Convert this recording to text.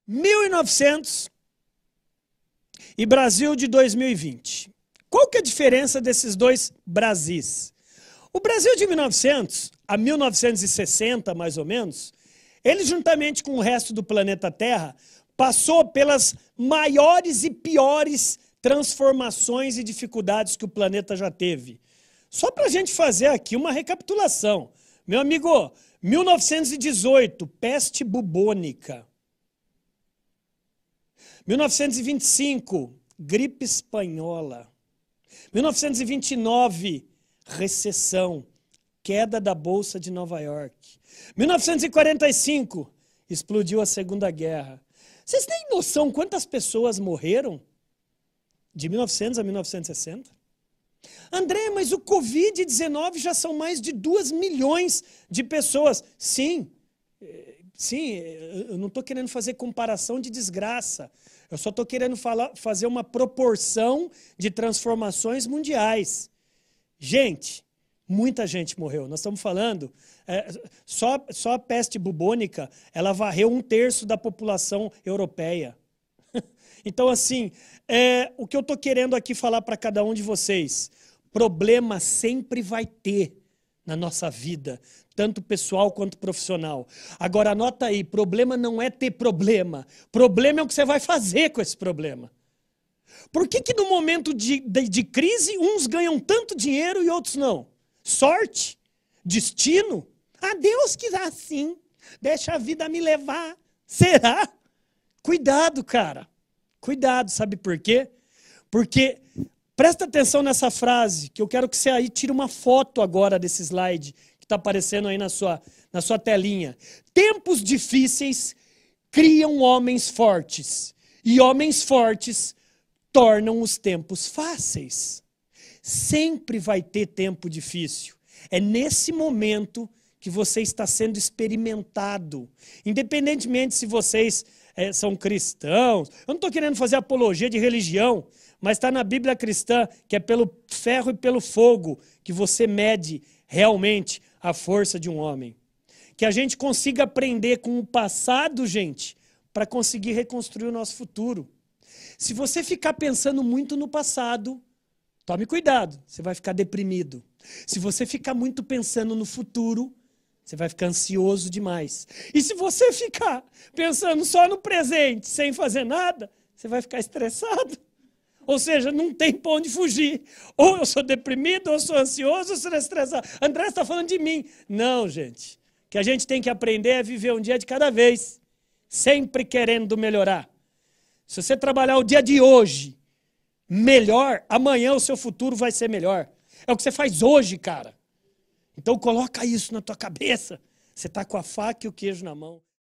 1900 e Brasil de 2020. Qual que é a diferença desses dois Brasis? O Brasil de 1900 a 1960, mais ou menos, ele juntamente com o resto do planeta Terra, passou pelas maiores e piores transformações e dificuldades que o planeta já teve. Só para a gente fazer aqui uma recapitulação. Meu amigo, 1918, peste bubônica. 1925, gripe espanhola. 1929, recessão, queda da Bolsa de Nova York. 1945, explodiu a Segunda Guerra. Vocês têm noção quantas pessoas morreram de 1900 a 1960? André, mas o Covid-19 já são mais de 2 milhões de pessoas. Sim, eu não estou querendo fazer comparação de desgraça. Eu só estou querendo fazer uma proporção de transformações mundiais. Gente, muita gente morreu. Nós estamos falando, só a peste bubônica, ela varreu 1/3 da população europeia. Então, assim, o que eu estou querendo aqui falar para cada um de vocês, problema sempre vai ter na nossa vida, tanto pessoal quanto profissional. Agora, anota aí, problema não é ter problema. Problema é o que você vai fazer com esse problema. Por que que no momento de crise, uns ganham tanto dinheiro e outros não? Sorte? Destino? Ah, Deus quis assim. Deixa a vida me levar. Será? Cuidado, cara. Cuidado, sabe por quê? Porque, presta atenção nessa frase, que eu quero que você aí tire uma foto agora desse slide, que está aparecendo aí na sua telinha. Tempos difíceis criam homens fortes, e homens fortes tornam os tempos fáceis. Sempre vai ter tempo difícil. É nesse momento que você está sendo experimentado. Independentemente se vocês são cristãos. Eu não estou querendo fazer apologia de religião, mas está na Bíblia cristã que é pelo ferro e pelo fogo que você mede realmente a força de um homem. Que a gente consiga aprender com o passado, gente, para conseguir reconstruir o nosso futuro. Se você ficar pensando muito no passado, tome cuidado, você vai ficar deprimido. Se você ficar muito pensando no futuro, você vai ficar ansioso demais. E se você ficar pensando só no presente, sem fazer nada, você vai ficar estressado. Ou seja, não tem pra onde fugir. Ou eu sou deprimido, ou eu sou ansioso, ou eu sou estressado. André está falando de mim. Não, gente. O que a gente tem que aprender é viver um dia de cada vez, sempre querendo melhorar. Se você trabalhar o dia de hoje melhor, amanhã o seu futuro vai ser melhor. É o que você faz hoje, cara. Então coloca isso na tua cabeça. Você está com a faca e o queijo na mão.